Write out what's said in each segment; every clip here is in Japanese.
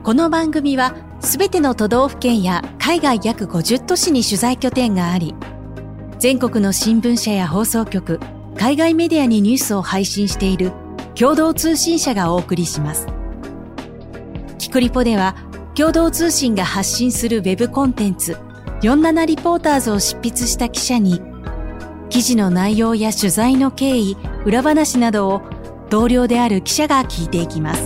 この番組はすべての都道府県や海外約50都市に取材拠点があり、全国の新聞社や放送局、海外メディアにニュースを配信している共同通信社がお送りします。キクリポでは共同通信が発信するウェブコンテンツ47リポーターズを執筆した記者に、記事の内容や取材の経緯、裏話などを同僚である記者が聞いていきます。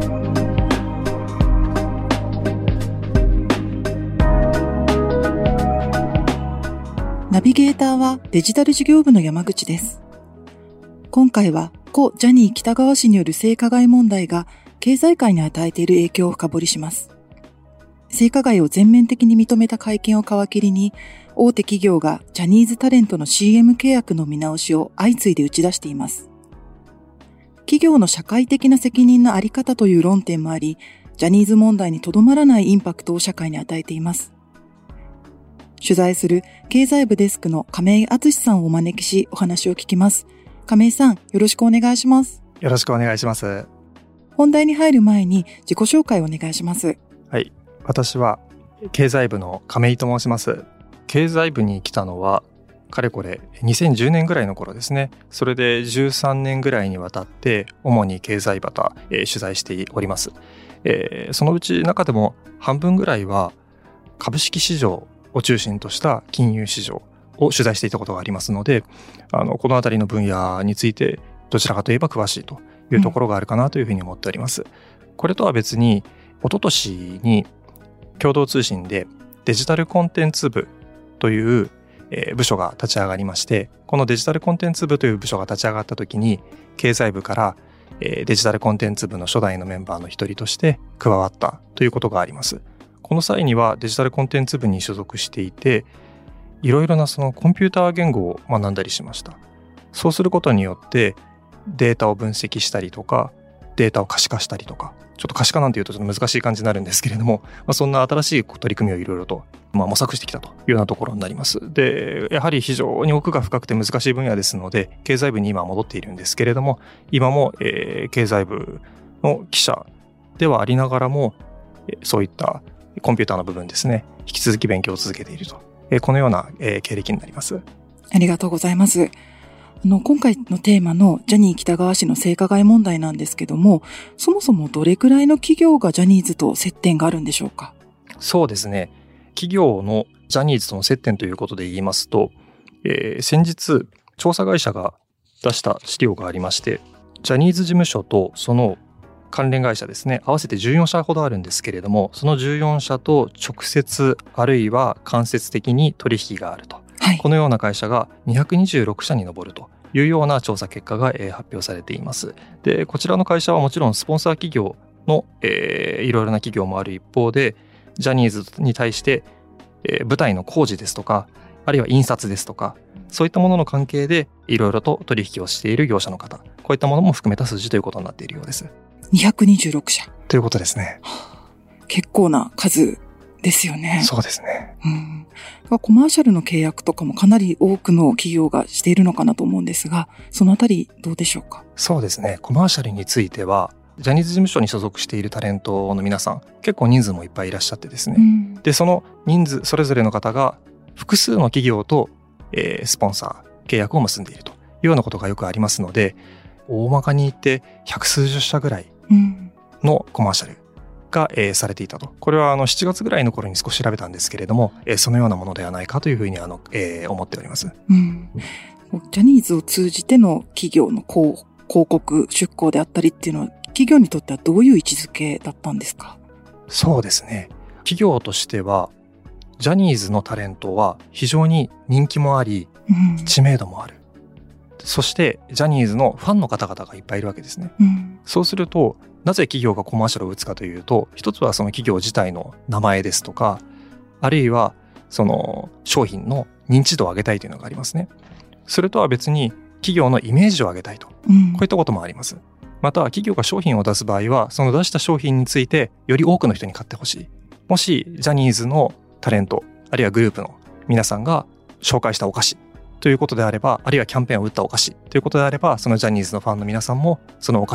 ナビゲーターはデジタル事業部の山口です。今回は故ジャニー喜多川氏による性加害問題が経済界に与えている影響を深掘りします。性加害を全面的に認めた会見を皮切りに、大手企業がジャニーズタレントの CM 契約の見直しを相次いで打ち出しています。企業の社会的な責任のあり方という論点もあり、ジャニーズ問題にとどまらないインパクトを社会に与えています。取材する経済部デスクの亀井敦さんをお招きしお話を聞きます。亀井さん、よろしくお願いします。 よろしくお願いします。 本題に入る前に自己紹介をお願いします。 はい、私は経済部の亀井と申します。経済部に来たのはかれこれ2010年ぐらいの頃ですね。それで13年ぐらいにわたって主に経済バタ、取材しております。そのうち中でも半分ぐらいは株式市場を中心とした金融市場を取材していたことがありますので、このあたりの分野についてどちらかといえば詳しいというところがあるかなというふうに思っております。これとは別に一昨年に共同通信でデジタルコンテンツ部という部署が立ち上がりまして、このデジタルコンテンツ部という部署が立ち上がった時に経済部からデジタルコンテンツ部の初代のメンバーの一人として加わったということがあります。この際にはデジタルコンテンツ部に所属していて、いろいろなそのコンピューター言語を学んだりしました。そうすることによってデータを分析したりとか、データを可視化したりとか、ちょっと可視化なんていうとちょっと難しい感じになるんですけれども、そんな新しい取り組みをいろいろと模索してきたというようなところになります。で、やはり非常に奥が深くて難しい分野ですので、経済部に今戻っているんですけれども、今も、経済部の記者ではありながらも、そういったコンピューターの部分ですね、引き続き勉強を続けていると、このような、経歴になります。 ありがとうございます。今回のテーマのジャニー喜多川氏の性加害問題なんですけども、そもそもどれくらいの企業がジャニーズと接点があるんでしょうか？ そうですね。企業のジャニーズとの接点ということで言いますと、先日調査会社が出した資料がありまして、ジャニーズ事務所とその関連会社ですね、合わせて14社ほどあるんですけれども、その14社と直接あるいは間接的に取引があると、はい、このような会社が226社に上るというような調査結果が発表されています。で、こちらの会社はもちろんスポンサー企業のいろいろな企業もある一方で、ジャニーズに対して舞台の工事ですとか、あるいは印刷ですとか、そういったものの関係でいろいろと取引をしている業者の方、こういったものも含めた数字ということになっているようです。 226社ということですね。 結構な数ですよね。 そうですね。 コマーシャルの契約とかもかなり多くの企業がしているのかなと思うんですが、そのあたりどうでしょうか？ そうですね。コマーシャルについてはジャニーズ事務所に所属しているタレントの皆さん、結構人数もいっぱいいらっしゃってですね、でその人数それぞれの方が複数の企業と、スポンサー契約を結んでいるというようなことがよくありますので、大まかに言って百数十社ぐらいのコマーシャルが、されていたと。これは7月ぐらいの頃に少し調べたんですけれども、そのようなものではないかというふうに思っております。 ジャニーズを通じての企業の広告出稿であったりっていうのは、企業にとってはどういう位置づけだったんですか？ そうですね。企業としてはジャニーズのタレントは非常に人気もあり、知名度もある。そしてジャニーズのファンの方々がいっぱいいるわけですね。そうするとなぜ企業がコマーシャルを打つかというと、一つはその企業自体の名前ですとか、あるいはその商品の認知度を上げたいというのがありますね。それとは別に企業のイメージを上げたいと、こういったこともあります。また企業が商品を出す場合は、その出した商品についてより多くの人に買ってほしい。もしジャニーズのタレントあるいはグループの皆さんが紹介したお菓子ということであれば、あるいはキャンペーンを打ったお菓子ということであれば、そのジャニーズのファンの皆さんもそのお菓子を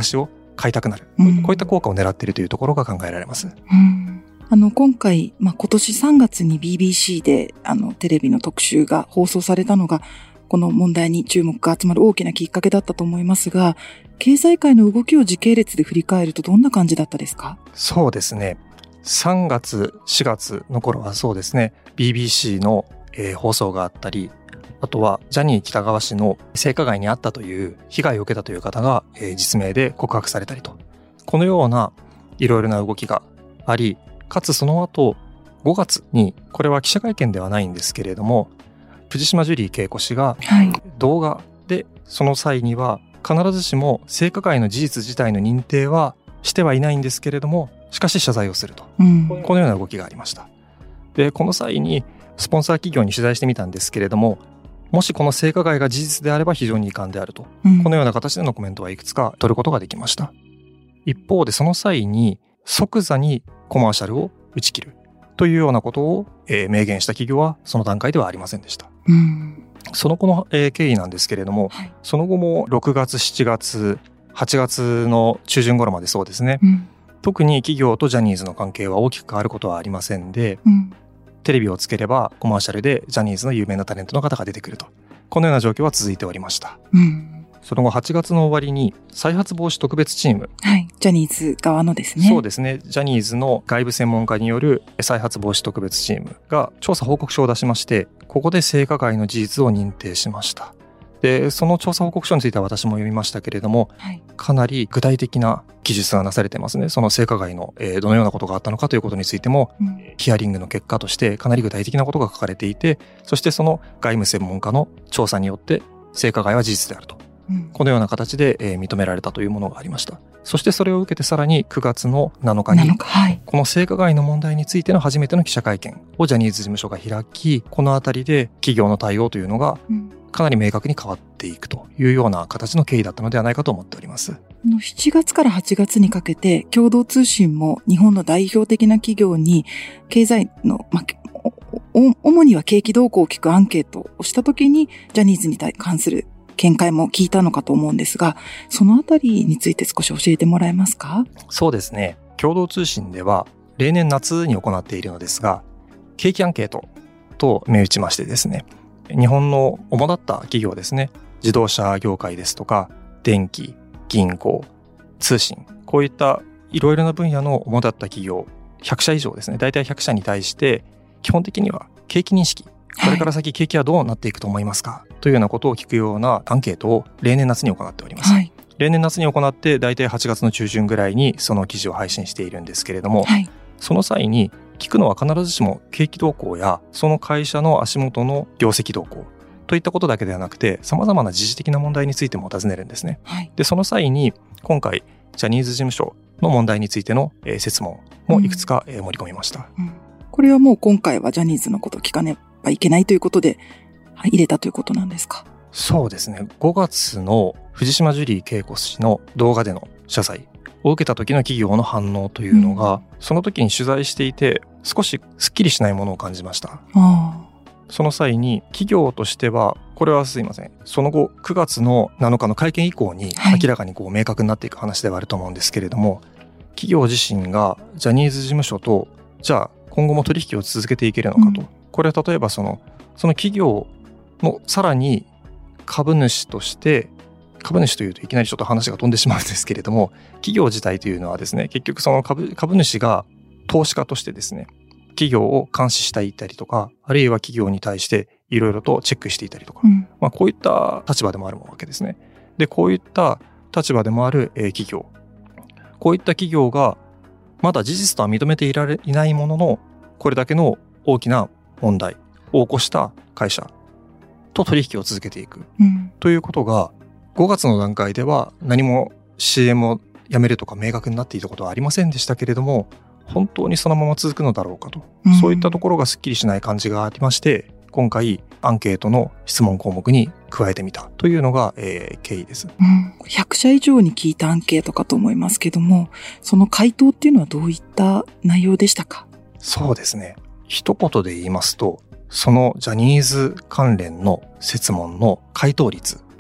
買いたくなる、こういった効果を狙っているというところが考えられます。 今回、今年3月に BBC でテレビの特集が放送されたのが、この問題に注目が集まる大きなきっかけだったと思いますが、経済界の動きを時系列で振り返るとどんな感じだったですか？ そうですね。3月、4月の頃はそうですね、BBC の、放送があったり、あとはジャニー喜多川氏の性加害にあったという被害を受けたという方が、実名で告白されたりと、このようないろいろな動きがあり、かつその後5月に、これは記者会見ではないんですけれども、藤島ジュリー景子氏が動画でその際には必ずしも性加害の事実自体の認定はしてはいないんですけれども、しかし謝罪をすると、このような動きがありました。で、この際にスポンサー企業に取材してみたんですけれども、もしこの性加害が事実であれば非常に遺憾であると、このような形でのコメントはいくつか取ることができました。一方でその際に即座にコマーシャルを打ち切るというようなことを、明言した企業はその段階ではありませんでした。その後の、経緯なんですけれども、その後も6月、7月、8月の中旬頃までそうですね、特に企業とジャニーズの関係は大きく変わることはありませんで、テレビをつければコマーシャルでジャニーズの有名なタレントの方が出てくると、このような状況は続いておりました。その後8月の終わりに再発防止特別チーム、 ジャニーズ側のですね。 そうですね、ジャニーズの外部専門家による再発防止特別チームが調査報告書を出しまして、ここで性加害の事実を認定しました。で、その調査報告書については私も読みましたけれども、かなり具体的な記述がなされてますね。その性加害の、どのようなことがあったのかということについても、ヒアリングの結果としてかなり具体的なことが書かれていて、そしてその外務専門家の調査によって性加害は事実であると、このような形で、認められたというものがありました。そしてそれを受けてさらに9月の7日にこの性加害の問題についての初めての記者会見をジャニーズ事務所が開き、このあたりで企業の対応というのがかなり明確に変わっていくというような形の経緯だったのではないかと思っております。 7月から8月にかけて共同通信も日本の代表的な企業に経済の、主には景気動向を聞くアンケートをしたときにジャニーズに関する見解も聞いたのかと思うんですが、そのあたりについて少し教えてもらえますか？ そうですね。共同通信では例年夏に行っているのですが、景気アンケートと銘打ちましてですね、日本の主だった企業ですね、自動車業界ですとか電機、銀行、通信、こういったいろいろな分野の主だった企業100社以上ですね、大体100社に対して基本的には景気認識、これから先景気はどうなっていくと思いますか、というようなことを聞くようなアンケートを例年夏に行っております。例年夏に行って大体8月の中旬ぐらいにその記事を配信しているんですけれども、その際に聞くのは必ずしも景気動向やその会社の足元の業績動向といったことだけではなくて、様々な時事的な問題についても尋ねるんですね。で、その際に今回ジャニーズ事務所の問題についての設問もいくつか盛り込みました。 これはもう今回はジャニーズのことを聞かねばいけないということで入れたということなんですか？ そうですね。5月の藤島ジュリー景子氏の動画での謝罪を受けた時の企業の反応というのが、その時に取材していて少しすっきりしないものを感じました。その際に企業としては、これはすいません、その後9月の7日の会見以降に明らかに明確になっていく話ではあると思うんですけれども、企業自身がジャニーズ事務所とじゃあ今後も取引を続けていけるのかと、これは例えばその企業のさらに株主として、株主というといきなりちょっと話が飛んでしまうんですけれども、企業自体というのはですね、結局その株主が投資家としてですね、企業を監視していたりとか、あるいは企業に対していろいろとチェックしていたりとか、こういった立場でもあるわけですね。で、こういった立場でもある企業、こういった企業がまだ事実とは認めていないものの、これだけの大きな問題を起こした会社と取引を続けていく、ということが5月の段階では何も CM をやめるとか明確になっていたことはありませんでしたけれども、本当にそのまま続くのだろうかと、そういったところがすっきりしない感じがありまして、今回アンケートの質問項目に加えてみたというのが、経緯です。 100社以上に聞いたアンケートかと思いますけども、その回答っていうのはどういった内容でしたか？ そうですね。一言で言いますと、そのジャニーズ関連の設問の回答率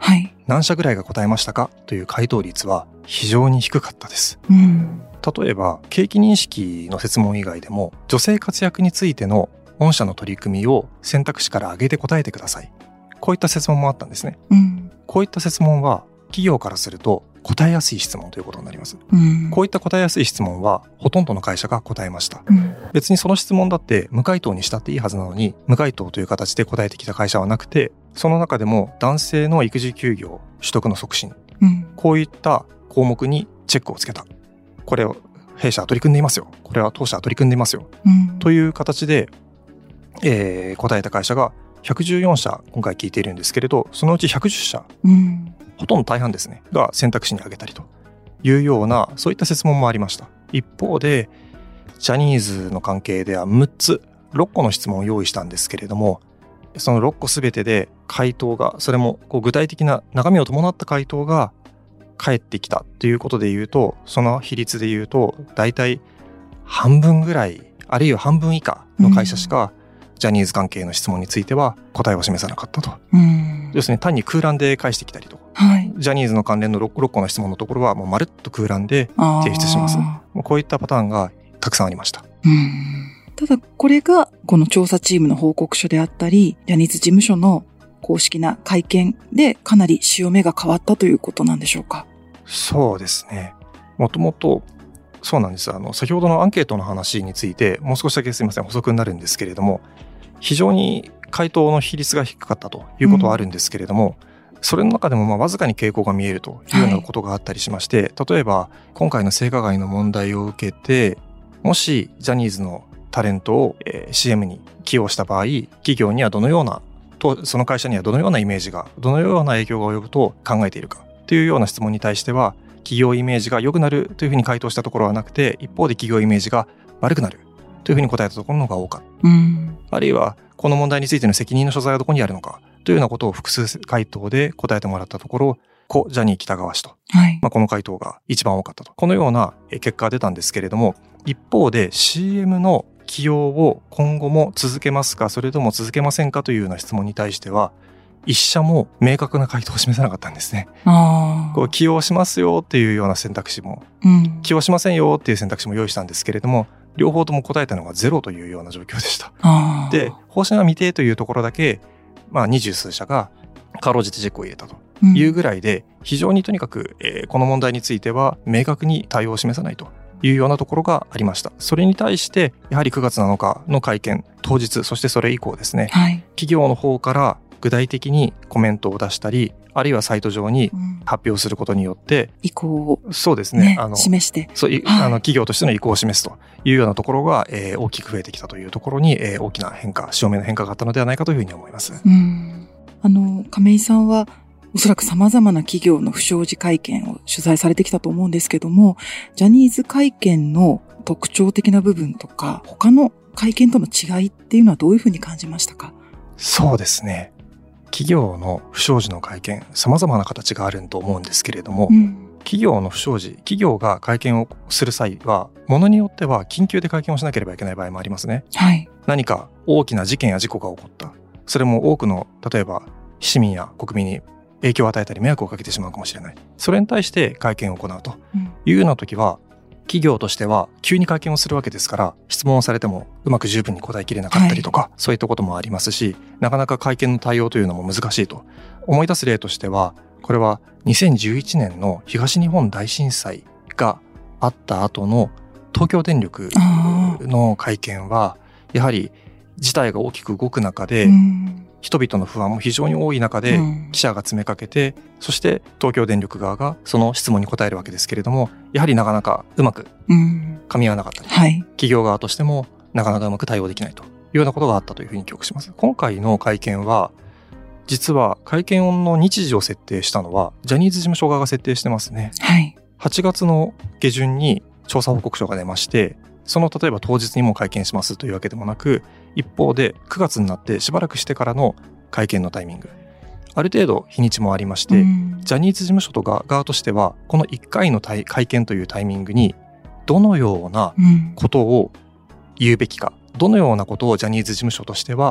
何社ぐらいが答えましたかという回答率は非常に低かったです。例えば景気認識の設問以外でも、女性活躍についての御社の取り組みを選択肢から挙げて答えてください、こういった設問もあったんですね。こういった設問は企業からすると答えやすい質問ということになります。こういった答えやすい質問はほとんどの会社が答えました。別にその質問だって無回答にしたっていいはずなのに、無回答という形で答えてきた会社はなくて、その中でも男性の育児休業取得の促進、こういった項目にチェックをつけた。これを弊社は取り組んでいますよ、これは当社は取り組んでいますよ、という形で、答えた会社が114社今回聞いているんですけれど、そのうち110社、ほとんど大半ですねが選択肢に挙げたりというような、そういった設問もありました。一方でジャニーズの関係では6個の質問を用意したんですけれども、その6個すべてで回答が、それも具体的な中身を伴った回答が返ってきたということでいうと、その比率でいうとだいたい半分ぐらい、あるいは半分以下の会社しかジャニーズ関係の質問については答えを示さなかったと。要するに単に空欄で返してきたりとか、ジャニーズの関連の6個の質問のところはもうまるっと空欄で提出します。こういったパターンがたくさんありました。 ただこれがこの調査チームの報告書であったり、ジャニーズ事務所の公式な会見でかなり潮目が変わったということなんでしょうか。 そうですね。もともとそうなんです。先ほどのアンケートの話についてもう少しだけすいません、補足になるんですけれども、非常に回答の比率が低かったということはあるんですけれども、それの中でもわずかに傾向が見えるというようなことがあったりしまして、例えば今回の性加害の問題を受けて、もしジャニーズのタレントを CM に起用した場合、企業にはどのようなと、その会社にはどのようなイメージが、どのような影響が及ぶと考えているかというような質問に対しては、企業イメージが良くなるというふうに回答したところはなくて、一方で企業イメージが悪くなるというふうに答えたところの方が多かった。あるいはこの問題についての責任の所在はどこにあるのかというようなことを複数回答で答えてもらったところ、故ジャニー喜多川氏と、この回答が一番多かったと、このような結果が出たんですけれども、一方で CM の起用を今後も続けますか、それとも続けませんかというような質問に対しては、一社も明確な回答を示さなかったんですね。起用しますよっていうような選択肢も、起用しませんよっていう選択肢も用意したんですけれども、両方とも答えたのがゼロというような状況でした。で、方針は未定というところだけ、20数社がかろうじてチェックを入れたというぐらいで、非常にとにかく、この問題については明確に対応を示さないというようなところがありました。それに対してやはり9月7日の会見当日、そしてそれ以降ですね、企業の方から具体的にコメントを出したり、あるいはサイト上に発表することによって、 意向を、 そうですね、 示して、 企業としての意向を示すというようなところが、大きく増えてきたというところに、大きな変化、潮目の変化があったのではないかというふうに思います。 亀井さんはおそらく様々な企業の不祥事会見を取材されてきたと思うんですけども、ジャニーズ会見の特徴的な部分とか、他の会見との違いっていうのはどういうふうに感じましたか？ そうですね。企業の不祥事の会見、様々な形があると思うんですけれども、企業の不祥事、企業が会見をする際は、ものによっては緊急で会見をしなければいけない場合もありますね。何か大きな事件や事故が起こった。それも多くの、例えば市民や国民に影響を与えたり迷惑をかけてしまうかもしれない。それに対して会見を行うというような時は、企業としては急に会見をするわけですから、質問をされてもうまく十分に答えきれなかったりとか、そういったこともありますし、なかなか会見の対応というのも難しいと。思い出す例としては、これは2011年の東日本大震災があった後の東京電力の会見は、やはり事態が大きく動く中で、人々の不安も非常に多い中で記者が詰めかけて、そして東京電力側がその質問に答えるわけですけれども、やはりなかなかうまく噛み合わなかったり、企業側としてもなかなかうまく対応できないというようなことがあったというふうに記憶します。今回の会見は、実は会見の日時を設定したのはジャニーズ事務所側が設定してますね。8月の下旬に調査報告書が出まして、その例えば当日にも会見しますというわけでもなく、一方で9月になってしばらくしてからの会見のタイミング、ある程度日にちもありまして、ジャニーズ事務所とか側としてはこの1回の会見というタイミングにどのようなことを言うべきか、どのようなことをジャニーズ事務所としては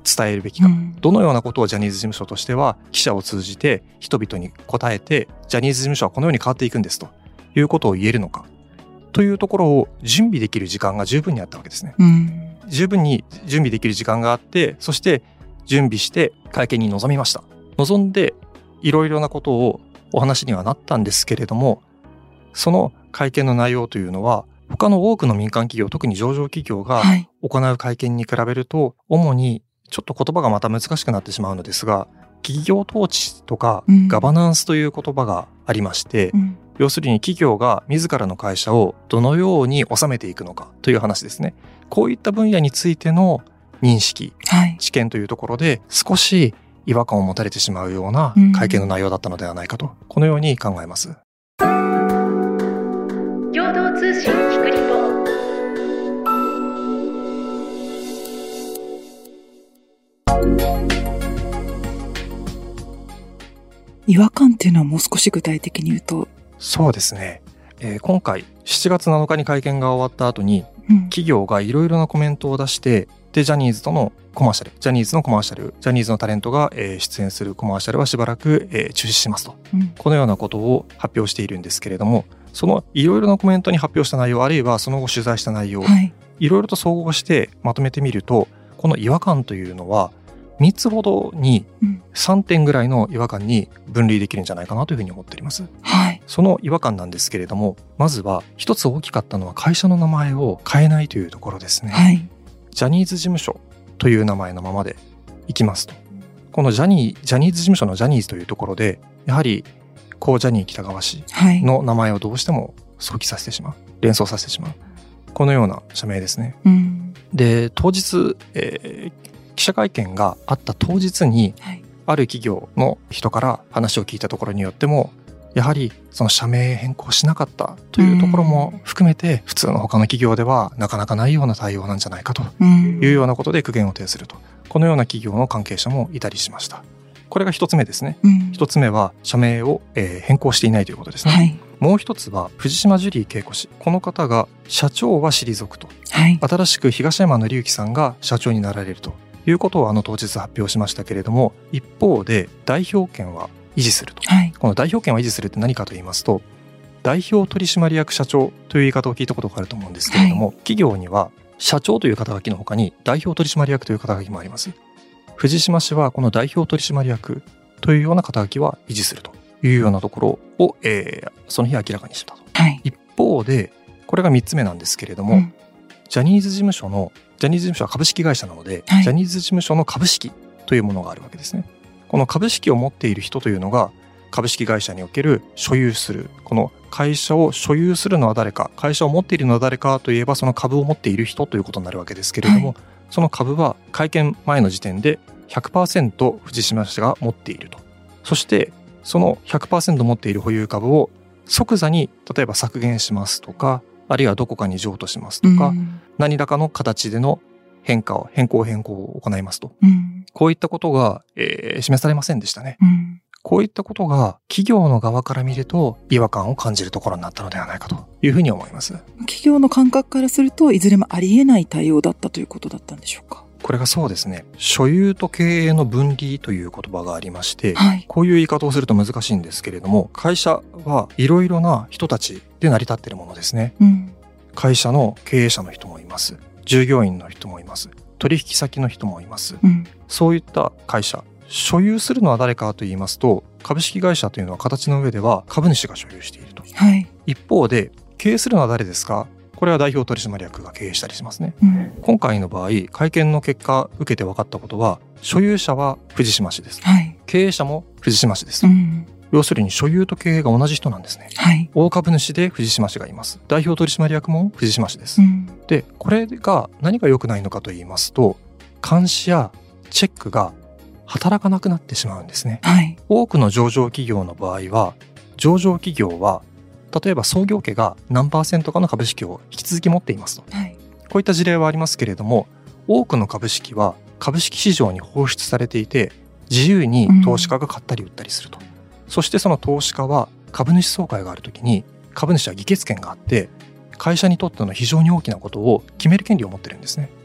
伝えるべきか、どのようなことをジャニーズ事務所としては記者を通じて人々に答えて、ジャニーズ事務所はこのように変わっていくんですということを言えるのかというところを準備できる時間が十分にあったわけですね。十分に準備できる時間があって、そして準備して会見に臨みました。臨んでいろいろなことをお話にはなったんですけれども、その会見の内容というのは他の多くの民間企業、特に上場企業が行う会見に比べると、主にちょっと言葉がまた難しくなってしまうのですが、企業統治とかガバナンスという言葉がありまして、要するに企業が自らの会社をどのように収めていくのかという話ですね。こういった分野についての認識、知見というところで少し違和感を持たれてしまうような会見の内容だったのではないかと、このように考えます。 共同通信キクリポ。 違和感っていうのはもう少し具体的に言うと。 そうですね、今回7月7日に会見が終わった後に、企業がいろいろなコメントを出して、でジャニーズとのコマーシャル、ジャニーズのタレントが出演するコマーシャルはしばらく中止しますと、このようなことを発表しているんですけれども、そのいろいろなコメントに発表した内容、あるいはその後取材した内容、いろいろと総合してまとめてみると、この違和感というのは3つほどに3点ぐらいの違和感に分類できるんじゃないかなというふうに思っております。その違和感なんですけれども、まずは一つ大きかったのは会社の名前を変えないというところですね。ジャニーズ事務所という名前のままでいきますと、このジャニーズ事務所のジャニーズというところで、やはりジャニー喜多川氏の名前をどうしても想起させてしまう、連想させてしまう、このような社名ですね。で、当日、記者会見があった当日に、ある企業の人から話を聞いたところによっても、やはりその社名変更しなかったというところも含めて、普通の他の企業ではなかなかないような対応なんじゃないかというようなことで苦言を呈すると、このような企業の関係者もいたりしました。これが一つ目ですね。一つ目は社名を変更していないということですね。もう一つは藤島ジュリー景子氏、この方が社長は退くと、新しく東山紀之さんが社長になられるということを当日発表しましたけれども、一方で代表権は維持すると、この代表権は維持するって何かと言いますと、代表取締役社長という言い方を聞いたことがあると思うんですけれども、企業には社長という肩書きの他に代表取締役という肩書きもあります。藤島氏はこの代表取締役というような肩書きは維持するというようなところを、その日明らかにしたと、一方でこれが3つ目なんですけれども、ジャニーズ事務所は株式会社なので、ジャニーズ事務所の株式というものがあるわけですね。この株式を持っている人というのが、株式会社における所有する、この会社を所有するのは誰か、会社を持っているのは誰かといえば、その株を持っている人ということになるわけですけれども、その株は会見前の時点で 100% 藤島氏が持っていると。そしてその 100% 持っている保有株を即座に例えば削減しますとか、あるいはどこかに譲渡しますとか、何らかの形での変更を行いますと、こういったことが、示されませんでしたね。こういったことが企業の側から見ると違和感を感じるところになったのではないかというふうに思います。 企業の感覚からするといずれもありえない対応だったということだったんでしょうか。 これがそうですね、所有と経営の分離という言葉がありまして、こういう言い方をすると難しいんですけれども、会社はいろいろな人たちで成り立っているものですね。会社の経営者の人もいます、従業員の人もいます、取引先の人もいます、そういった会社、所有するのは誰かと言いますと、株式会社というのは形の上では株主が所有していると、一方で経営するのは誰ですか、これは代表取締役が経営したりしますね。今回の場合、会見の結果受けて分かったことは、所有者は藤島氏です、経営者も藤島氏です、要するに所有と経営が同じ人なんですね。大株主で藤島氏がいます、代表取締役も藤島氏です、でこれが何が良くないのかと言いますと、監視やチェックが働かなくなってしまうんですね。多くの上場企業の場合は、上場企業は例えば創業家が何%かの株式を引き続き持っていますと、こういった事例はありますけれども、多くの株式は株式市場に放出されていて、自由に投資家が買ったり売ったりすると、そしてその投資家は株主総会があるときに株主は議決権があって、会社にとっての非常に大きなことを決める権利を持ってるんですね。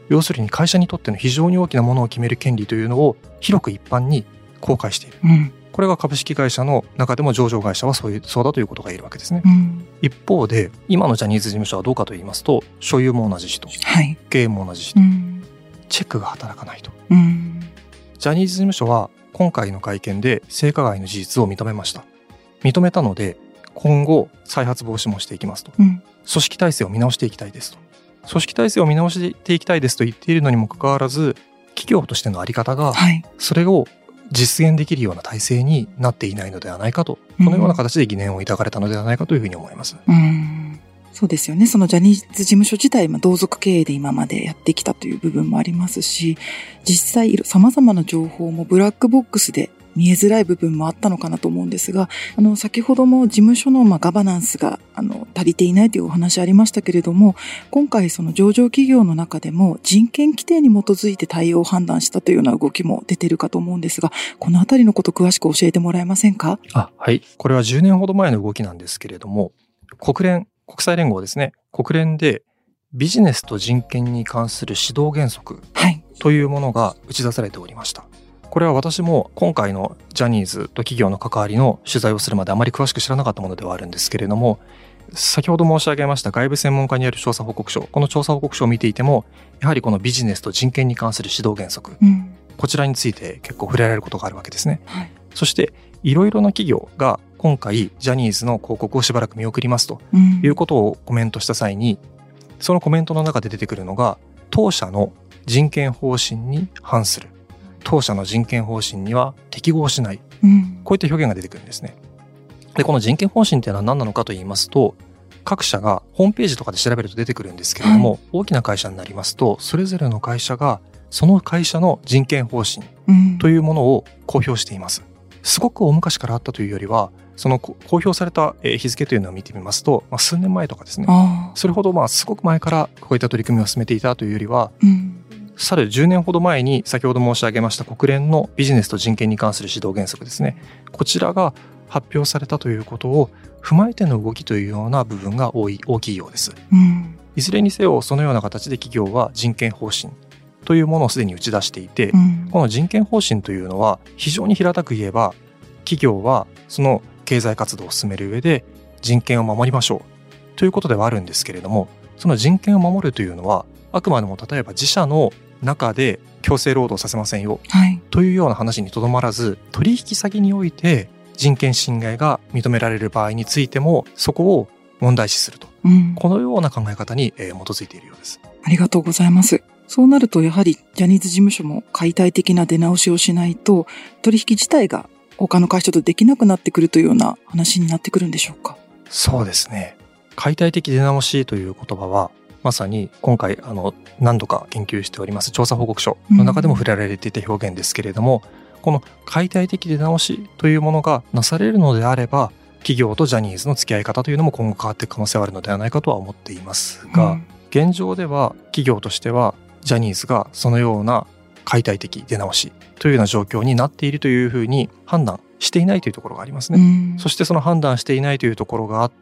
要するに会社にとっての非常に大きなものを決める権利というのを広く一般に公開している、これが株式会社の中でも上場会社はそうだということが言えるわけですね、一方で今のジャニーズ事務所はどうかと言いますと、所有も同じ人、経営も同じ人、チェックが働かないと、ジャニーズ事務所は今回の会見で性加害の事実を認めました。認めたので今後再発防止もしていきますと、組織体制を見直していきたいですと、組織体制を見直していきたいですと言っているのにもかかわらず、企業としての在り方がそれを実現できるような体制になっていないのではないかと、このような形で疑念を抱かれたのではないかというふうに思います。 そうですよね。そのジャニーズ事務所自体、同族経営で今までやってきたという部分もありますし、実際様々な情報もブラックボックスで見えづらい部分もあったのかなと思うんですが、先ほども事務所のガバナンスが足りていないというお話ありましたけれども、今回その上場企業の中でも人権規定に基づいて対応を判断したというような動きも出ているかと思うんですが、このあたりのこと詳しく教えてもらえませんか？ はい。これは10年ほど前の動きなんですけれども、国際連合ですね。国連でビジネスと人権に関する指導原則というものが打ち出されておりました。これは私も今回のジャニーズと企業の関わりの取材をするまであまり詳しく知らなかったものではあるんですけれども、先ほど申し上げました外部専門家による調査報告書、この調査報告書を見ていても、やはりこのビジネスと人権に関する指導原則、こちらについて結構触れられることがあるわけですね、そしていろいろな企業が今回ジャニーズの広告をしばらく見送りますということをコメントした際に、そのコメントの中で出てくるのが、当社の人権方針に反する、当社の人権方針には適合しない、こういった表現が出てくるんですね。で、この人権方針というのは何なのかと言いますと、各社がホームページとかで調べると出てくるんですけれども、大きな会社になりますと、それぞれの会社がその会社の人権方針というものを公表しています。すごく大昔からあったというよりは、その公表された日付というのを見てみますと、数年前とかですね、それほどすごく前からこういった取り組みを進めていたというよりは、去る10年ほど前に先ほど申し上げました国連のビジネスと人権に関する指導原則ですね、こちらが発表されたということを踏まえての動きというような部分が大きいようです、いずれにせよそのような形で企業は人権方針というものをすでに打ち出していて、この人権方針というのは非常に平たく言えば、企業はその経済活動を進める上で人権を守りましょうということではあるんですけれども、その人権を守るというのはあくまでも例えば自社の中で強制労働させませんよ、というような話にとどまらず、取引先において人権侵害が認められる場合についてもそこを問題視すると、このような考え方に基づいているようです。 ありがとうございます。そうなるとやはりジャニーズ事務所も解体的な出直しをしないと取引自体が他の会社とできなくなってくるというような話になってくるんでしょうか？ そうですね。解体的出直しという言葉はまさに今回何度か研究しております調査報告書の中でも触れられていた表現ですけれども、この解体的出直しというものがなされるのであれば、企業とジャニーズの付き合い方というのも今後変わっていく可能性はあるのではないかとは思っていますが、現状では企業としてはジャニーズがそのような解体的出直しというような状況になっているというふうに判断していないというところがありますね。そしてその判断していないというところがあって、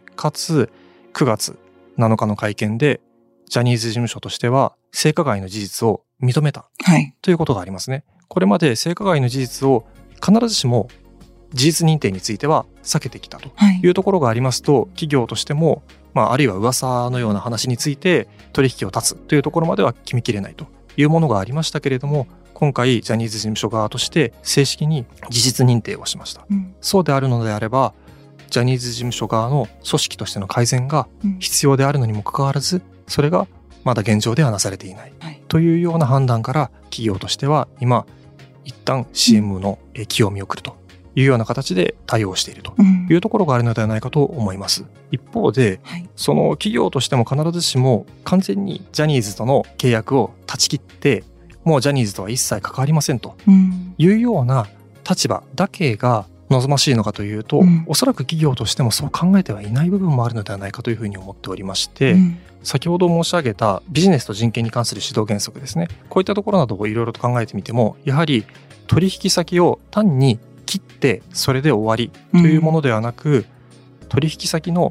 かつ9月7日の会見でジャニーズ事務所としては性加害の事実を認めた、ということがありますね。これまで性加害の事実を必ずしも事実認定については避けてきたというところがありますと、企業としてもあるいは噂のような話について取引を断つというところまでは決めきれないというものがありましたけれども、今回ジャニーズ事務所側として正式に事実認定をしました、そうであるのであればジャニーズ事務所側の組織としての改善が必要であるのにもかかわらず、それがまだ現状ではなされていない、というような判断から企業としては今一旦 CM の起用を見送るというような形で対応しているというところがあるのではないかと思います。一方で、その企業としても必ずしも完全にジャニーズとの契約を断ち切ってもうジャニーズとは一切関わりませんというような立場だけが望ましいのかというと、おそらく企業としてもそう考えてはいない部分もあるのではないかというふうに思っておりまして、先ほど申し上げたビジネスと人権に関する指導原則ですね、こういったところなどをいろいろと考えてみても、やはり取引先を単に切ってそれで終わりというものではなく、取引先の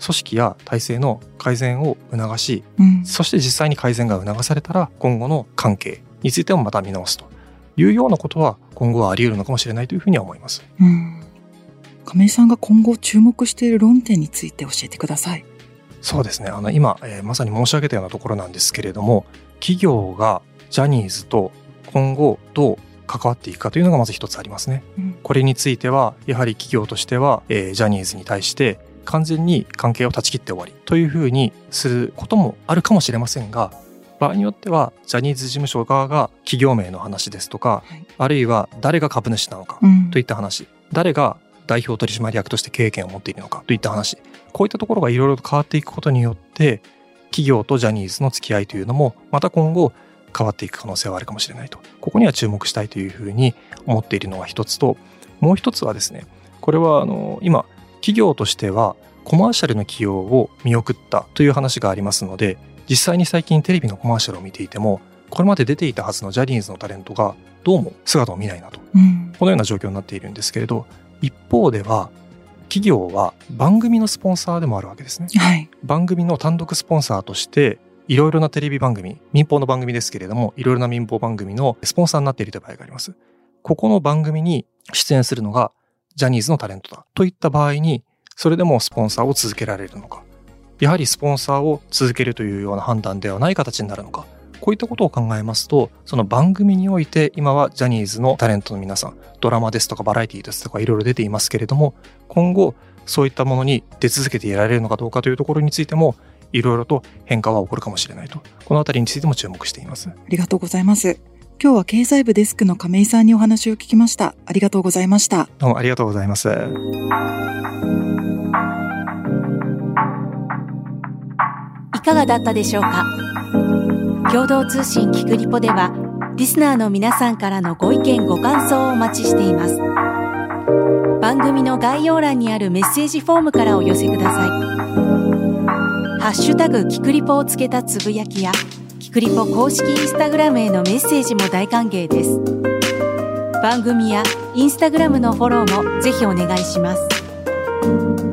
組織や体制の改善を促し、そして実際に改善が促されたら今後の関係についてもまた見直すというようなことは今後はあり得るのかもしれないというふうには思います。 亀井さんが今後注目している論点について教えてください。 そうですね、今、まさに申し上げたようなところなんですけれども、企業がジャニーズと今後どう関わっていくかというのがまず一つありますね。これについてはやはり企業としては、ジャニーズに対して完全に関係を断ち切って終わりというふうにすることもあるかもしれませんが、場合によってはジャニーズ事務所側が企業名の話ですとか、あるいは誰が株主なのかといった話、誰が代表取締役として経営権を持っているのかといった話、こういったところがいろいろと変わっていくことによって企業とジャニーズの付き合いというのもまた今後変わっていく可能性はあるかもしれないと、ここには注目したいというふうに思っているのが一つと、もう一つはですね、これは今企業としてはコマーシャルの起用を見送ったという話がありますので、実際に最近テレビのコマーシャルを見ていてもこれまで出ていたはずのジャニーズのタレントがどうも姿を見ないなと、このような状況になっているんですけれど、一方では企業は番組のスポンサーでもあるわけですね。番組の単独スポンサーとしていろいろなテレビ番組、民放の番組ですけれどもいろいろな民放番組のスポンサーになっているという場合があります。ここの番組に出演するのがジャニーズのタレントだといった場合に、それでもスポンサーを続けられるのか、やはりスポンサーを続けるというような判断ではない形になるのか、こういったことを考えますと、その番組において今はジャニーズのタレントの皆さん、ドラマですとかバラエティですとかいろいろ出ていますけれども、今後そういったものに出続けていられるのかどうかというところについてもいろいろと変化は起こるかもしれないと、このあたりについても注目しています。 ありがとうございます。今日は経済部デスクの亀井さんにお話を聞きました。ありがとうございました。 どうもありがとうございます。 いかがだったでしょうか。共同通信キクリポではリスナーの皆さんからのご意見ご感想をお待ちしています。番組の概要欄にあるメッセージフォームからお寄せください。ハッシュタグキクリポをつけたつぶやきやキクリポ公式インスタグラムへのメッセージも大歓迎です。番組やインスタグラムのフォローもぜひお願いします。